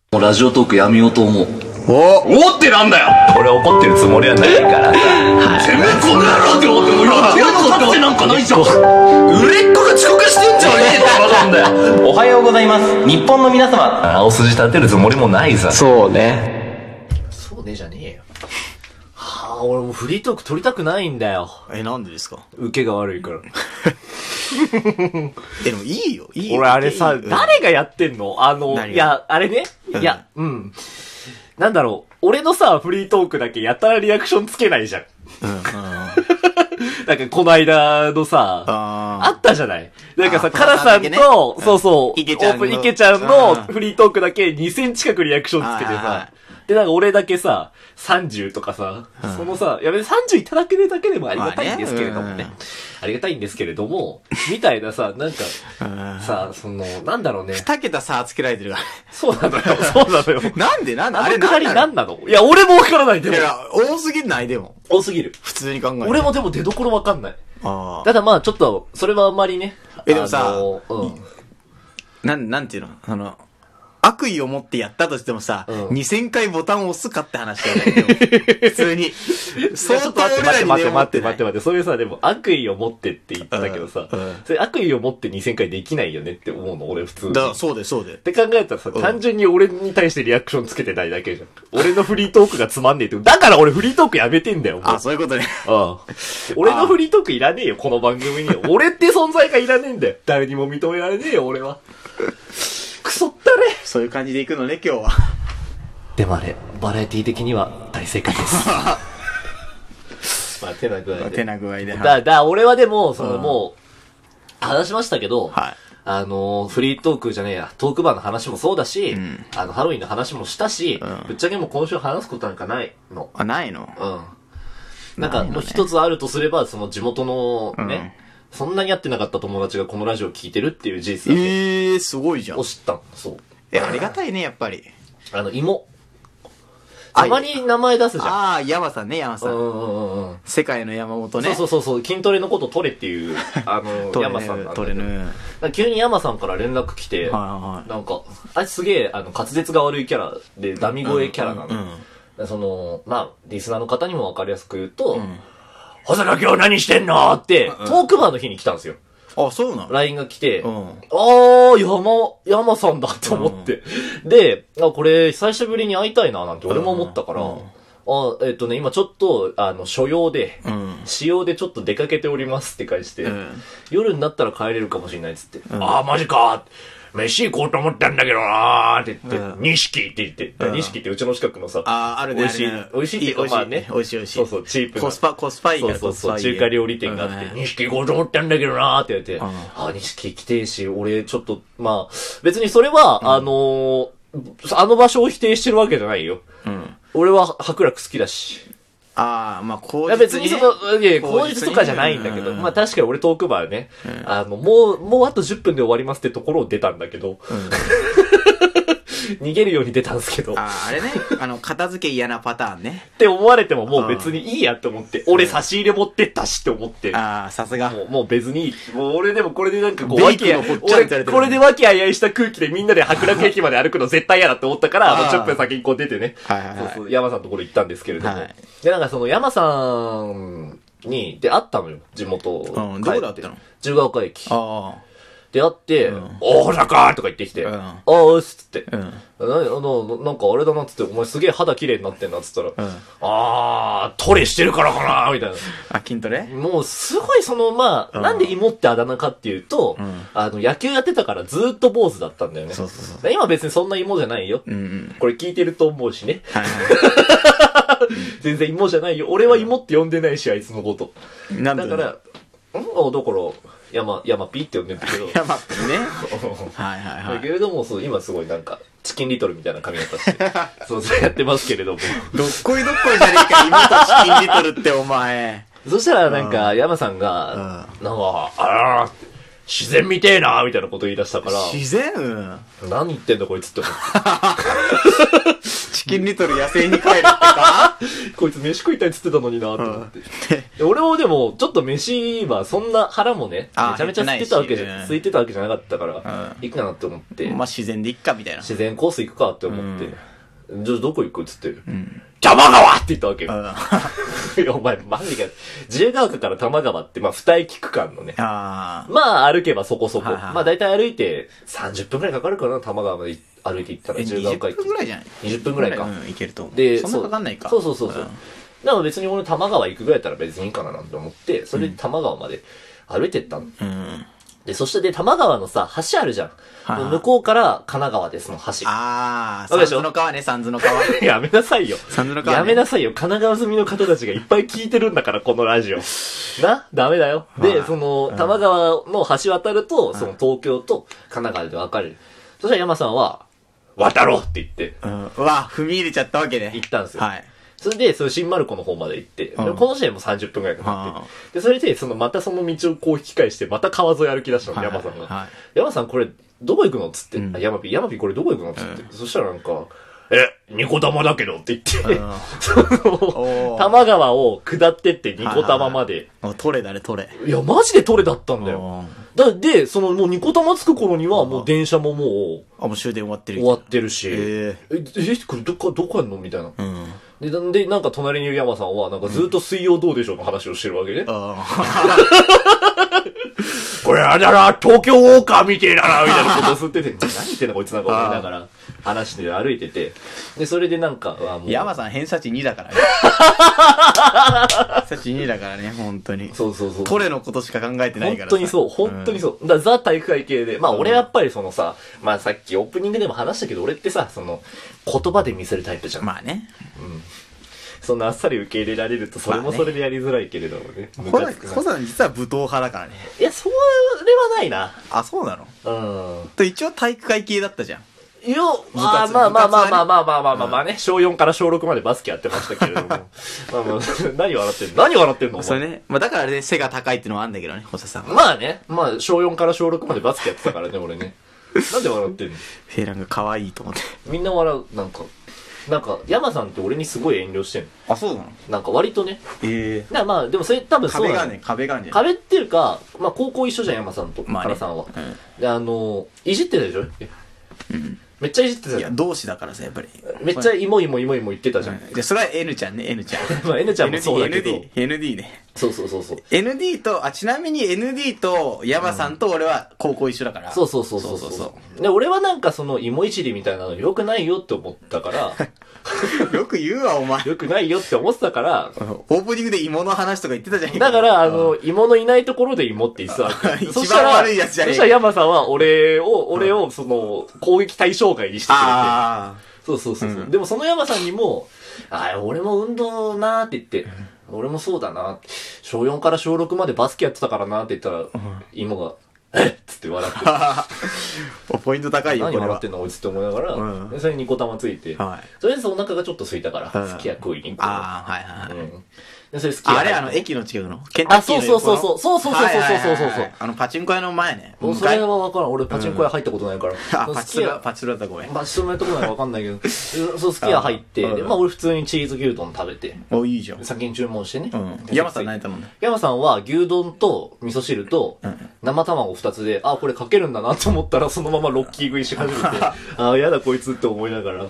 もうラジオトークやめようと思う。 おってなんだよ。 俺怒ってるつもりはないからさ。 てめえこの野郎って思ってもやってやることってなんかないじゃん。 売れっ子が遅刻してんじゃねえって話なんだよ。 おはようございます。日本の皆様。青筋立てるつもりもないさ。 そうね。 そうねじゃねえよ。はあ、俺もうフリートーク撮りたくないんだよ。 なんでですか？ 受けが悪いから。 でもいいよ、いいよ。 俺あれさ、 うん誰がやってんの？ 何がいや、あれね。いや、なんだろう。俺のさ、フリートークだけやたらリアクションつけないじゃん。なんかこの間のさ、あったじゃない。なんかさ、カラさんと、そうそう、 池ちゃんの池ちゃんのフリートークだけ2センチ角リアクションつけてはいはいはさ、で、なんか俺だけさ、30とかさ、そのさ、やべ、30いただけるだけでもありがたいんですけれどもね。ありがたいんですけれども、みたいなさ、なんか、さ、その、なんだろうね。 2桁差つけられてるから。 そうなのよ、そうなのよ。 なんでああれのくだりななんなの？いや、俺もわからない、でも。 いや、多すぎないでも。 多すぎる。 普通に考えて。 俺もでも出所わかんない。 あただまあ、ちょっと、それはあんまりね。 でもさうん。 なんていうの悪意を持ってやったとしてもさ、2000回ボタンを押すかって話だよね。普通に。相当待って待って待ってない待って待って、それさ、でも悪意を持ってって言ったけどさ、それ悪意を持って2000回できないよねって思うの、俺普通に。 そうで。 って考えたらさ、単純に俺に対してリアクションつけてないだけじゃん。俺のフリートークがつまんねえって。だから俺フリートークやめてんだよ、もう。 そういうことね。 俺のフリートークいらねえよ、この番組に。俺って存在がいらねえんだよ。誰にも認められねえよ、俺は。クソったれ。 そういう感じでいくのね、今日は。 でもあれ、バラエティ的には大正解です。まあ、手な具合で。 手な具合で。 俺はでも、もう、話しましたけど、 はい。 フリートークじゃねえや、トークバーの話もそうだし、ハロウィンの話もしたし、ぶっちゃけもう今週話すことなんかないの。 ないの？ なんか、もう一つあるとすれば、その地元のね、そんなに会ってなかった友達がこのラジオを聞いてるっていう事実だけすごいじゃん。 を知ったの。そう。 ありがたいね、やっぱり。 芋。たまに名前出すじゃん。 山さんね、山さん。世界の山本ね。 そう、筋トレのこと取れっていう、山さんなんだけど。急に山さんから連絡来て、なんか、あいつすげえ、滑舌が悪いキャラで、ダミ声キャラなの。まあ、リスナーの方にもわかりやすく言うと、細田今日何してんのって、トークバーの日に来たんですよ。 そうなの？ LINE が来て、山さんだって思って。で、これ、久しぶりに会いたいな、なんて俺も思ったから、今ちょっと、所用で、使用でちょっと出かけておりますって返して、夜になったら帰れるかもしれないっつって、マジか飯行こうと思ったんだけどなーって言って、錦って言って、錦ってうちの近くのさ、 あるね。 美味しいっていうか、まあね。 美味しい。 そう、チープな。 コスパいいから。 そう、中華料理店があって、錦行こうと思ったんだけどなーって言われて、錦来てえし、俺ちょっと、まあ、別にそれは、あの場所を否定してるわけじゃないよ。俺は白楽好きだし。 まあ、口実ね。 別に口実とかじゃないんだけど、まあ確かに俺トークバーね、もうあと10分で終わりますってところを出たんだけど、逃げるように出たんですけど。 あれね、片付け嫌なパターンね。 って思われてももう別にいいやって思って、俺差し入れ持ってったしって思って。 さすが。 もう別にいい。もう俺でもこれでなんかこう、 俺これで和気あいあいした空気でみんなで白楽駅まで歩くの絶対嫌だって思ったから、10分先にこう出てね。そう、山さんのところ行ったんですけれども。で、なんかその山さんに出会ったのよ、地元。 どこで会ったの？ 自由が丘駅。で会って、大阪とか言ってきて、っつって、なんかあれだなっつって、お前すげえ肌綺麗になってんなっつったら、トレしてるからかなみたいな。 筋トレ？ もうすごいなんで芋ってあだ名かっていうと、野球やってたからずーっと坊主だったんだよね。今別にそんな芋じゃないよ。これ聞いてると思うしね。全然芋じゃないよ。俺は芋って呼んでないし、あいつのこと。だから、山ピーって呼んでるんだけど。 山ピーね。 だけれども、今すごいなんか、チキンリトルみたいな髪型して、そうやってますけれども。 どっこいじゃねえか、今とチキンリトルってお前。 そしたらなんか、山さんが、なんか、自然見てえなみたいなこと言い出したから。 自然？ 何言ってんだこいつって思って。 チキンリトル野生に帰るってかこいつ飯食いたいっつってたのになと思って。で俺もでも、ちょっと飯はそんな腹もね、めちゃめちゃ空いてたわけじゃ、空いてたわけじゃなかったから、いいかなって思って。 まあ自然でいっかみたいな。 自然コース行くかって思って。じゃあどこ行くっつって。玉川って言ったわけよ。いや、お前、マジか。自由が丘から玉川って、まあ、二駅区間のね。まあ、歩けばそこそこ。まあ、だいたい歩いて、30分くらいかかるかな、玉川まで歩いて行ったら、 自由が丘行って。20分くらいじゃない ?20 分くらいか。 行けると思う。 で、 そんなかかんないか。 そう。でも別に俺玉川行くぐらいだったら別にいいかななんて思って、それで玉川まで歩いてったの。で、そしてで、玉川のさ、橋あるじゃん。向こうから神奈川ですの橋。 三途の川ね、三途の川。 やめなさいよ。 三途の川、 やめなさいよ。神奈川住みの方たちがいっぱい聞いてるんだから、このラジオ。ダメだよ。で、その、玉川の橋渡ると、その東京と神奈川で分かれる。そしたら山さんは、渡ろうって言って。 踏み入れちゃったわけね。 行ったんですよ。 はい。 それで、その新丸子の方まで行って、この時点も30分くらいかかって。で、それで、またその道をこう引き返して、また川沿い歩き出したの、山さんが。山さんこれ、どこ行くのっつって、山火これどこ行くのっつって。そしたらなんか、ニコ玉だけどって言って、玉川を下ってってニコ玉まで。 トレだね、トレ。 いや、マジでトレだったんだよ。で、もうニコ玉着く頃には、もう電車ももう、 もう終電終わってる。 終わってるし、これどこやんのみたいな。で、なんか隣にいる山さんは、なんかずっと水曜どうでしょうの話をしてるわけね。これあれだな、東京ウォーカーみてえだな、みたいなことを吸ってて、何言ってんだこいつなんか思いながら、話して歩いてて、で、それでなんか、 もう。山さん偏差値2だからね。偏差値2だからね、本当に。 そう。 トレのことしか考えてないから。 本当にそう。だザ体育会系で、まあ俺やっぱりさ、まあさっきオープニングでも話したけど、俺ってさ、言葉で見せるタイプじゃん。 まあね。 そんなあっさり受け入れられると、それもそれでやりづらいけれどもね。 ホザン実は武闘派だからね。 いや、それはないな。 あ、そうなの？と一応体育会系だったじゃん。 いや、まあね、小4から小6までバスケやってましたけれども。何笑ってんのそれね。まあだからね、背が高いってのはあるんだけどね、ホザさんは。 まあね、小4から小6までバスケやってたからね、俺ね。なんで笑ってんの？ フェランが可愛いと思って。 みんな笑う、なんか、山さんって俺にすごい遠慮してんの。 あ、そうなの？ なんか割とね。まあ、でもそれ多分そうだね。 壁がね。 壁っていうか、まあ高校一緒じゃん、山さんと、原さんは。で、いじってたでしょ？めっちゃいじってたじゃん。 いや、同志だからさ、やっぱり。 めっちゃイモ言ってたじゃん。 じゃ、それは N ちゃんね、N ちゃん。 まあ N ちゃんもそうだけど。 ND ね。 そう。 ND と、ちなみに ND と山さんと俺は高校一緒だから。 そう。で、俺はなんか芋いじりみたいなの良くないよって思ったから。 よく言うわ、お前。 良くないよって思ってたから。 オープニングで芋の話とか言ってたじゃん。 だから、芋のいないところで芋って言ってたわけ。 一番悪いやつじゃねえ。 そしたら山さんは俺を、攻撃対象外にしてくれて。そう。でもその山さんにも、俺も運動なーって言って、俺もそうだなって、小4から小6までバスケやってたからなって言ったら、芋が、っつって笑ってポイント高いよ、 何笑ってんのこいつって思いながら、それにニコ玉ついて、それでお腹がちょっと空いたから、すき家食いに行こう。で、それ好きあれ、駅の近くのケンタッキーの横の。 そう。 パチンコ屋の前ね。 それはわからん。俺パチンコ屋入ったことないから。 パチスロだったごめん。 パチスロのやったことないかわかんないけど。そう、好き家入って、で、まあ俺普通にチーズ牛丼食べて。 お、いいじゃん。 先に注文してね。 山さん何頼んだ？ 山さんは牛丼と味噌汁と生卵2つで、これかけるんだなと思ったらそのままロッキー食いし始めて、やだこいつって思いながら。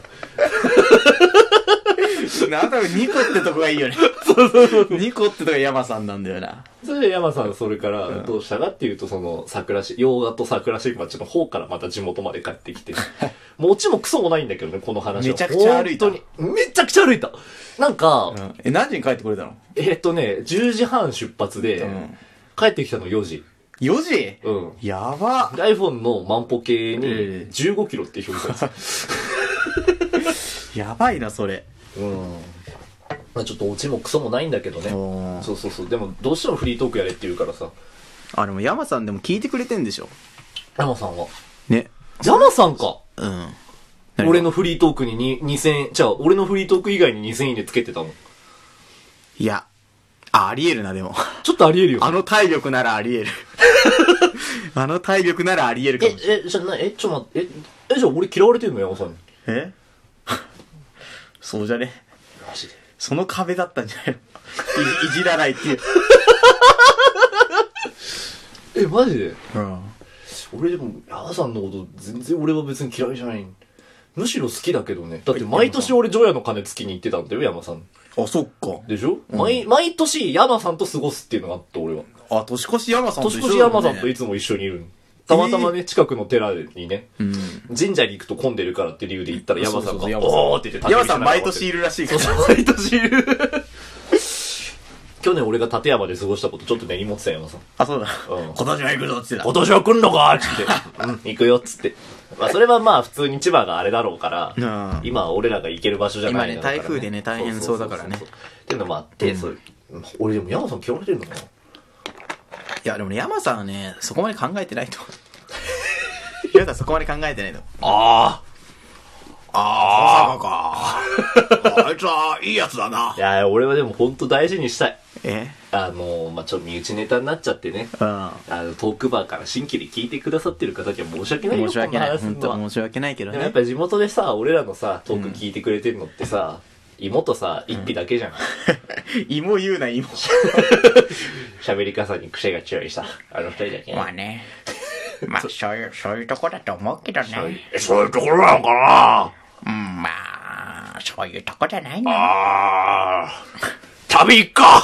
なんだろう、2個ってとこがいいよね。そう。2個ってとこが山さんなんだよな。 それで山さんそれからどうしたかっていうと、洋画と桜新町の方からまた地元まで帰ってきて。もうオチもクソもないんだけどね、この話は。 めちゃくちゃ歩いた。 本当に。めちゃくちゃ歩いた。なんか、 何時に帰ってこれたの ？10時半出発で、帰ってきたの4時。 4時？やば。 iPhone の万歩計に15キロって表示されてやばいな、それ。 まあちょっとオチもクソもないんだけどね。そう。でもどうしてもフリートークやれって言うからさ。 でも山さんでも聞いてくれてんでしょ？ 山さんは。 ね。 山さんか。俺のフリートークに2000、じゃあ俺のフリートーク以外に2000いいねつけてたの。 いや。ありえるな、でも。 ちょっとありえるよ。 あの体力ならありえる。あの体力ならありえるかもしれない。 じゃあ俺嫌われてんの山さんに。 そうじゃね。 マジで。 その壁だったんじゃないの？いじらないっていう。 マジで？ うん。 俺でも、山さんのこと全然俺は別に嫌いじゃない。むしろ好きだけどね。だって毎年俺ジョヤの鐘つきに行ってたんだよ、山さん。 あ、そっか。 でしょ、毎年山さんと過ごすっていうのがあった俺は。 あ、年越し山さんと一緒だね。 年越し山さんといつも一緒にいる。たまたまね、近くの寺にね、神社に行くと混んでるからって理由で行ったら山さんが、おーって言って、 山さん毎年いるらしいから。 そう、毎年いる。去年俺が立山で過ごしたことちょっと根に持ってた山さん。 あ、そうだ。今年は行くぞっつってた。 今年は来んのかっつって。行くよっつって。まあそれはまあ普通に千葉があれだろうから、今は俺らが行ける場所じゃないんだから、 今ね、台風でね、大変そうだからね。 っていうのもあって、俺でも山さん嫌われてるのかな。 いや、でもね、山さんはね、そこまで考えてないと。山さんそこまで考えてないと。 ああ、まさかか。あいつはいいやつだな。 いや、俺はでも本当大事にしたい。まあ、ちょっと身内ネタになっちゃってね。トークバーから新規で聞いてくださってる方には申し訳ないよ。 申し訳ない。本当申し訳ないけどね。 やっぱ地元でさ、俺らのさ、トーク聞いてくれてるのってさ、芋とさ、一匹だけじゃん。 芋言うな、芋。 喋り方に癖が強いさ、あの二人だけ。 まあね。まあ、そういうとこだと思うけどね。 そういうところなのかな。まあ、そういうとこじゃないの。 旅行か。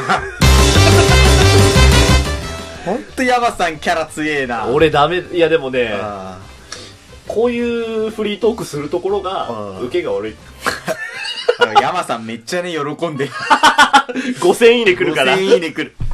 ほんと山さんキャラ強えな。 俺ダメ、いやでもね、こういうフリートークするところが、受けが悪い。 山さんめっちゃね、喜んで。 5000いいね来るから。 5000いいね来る。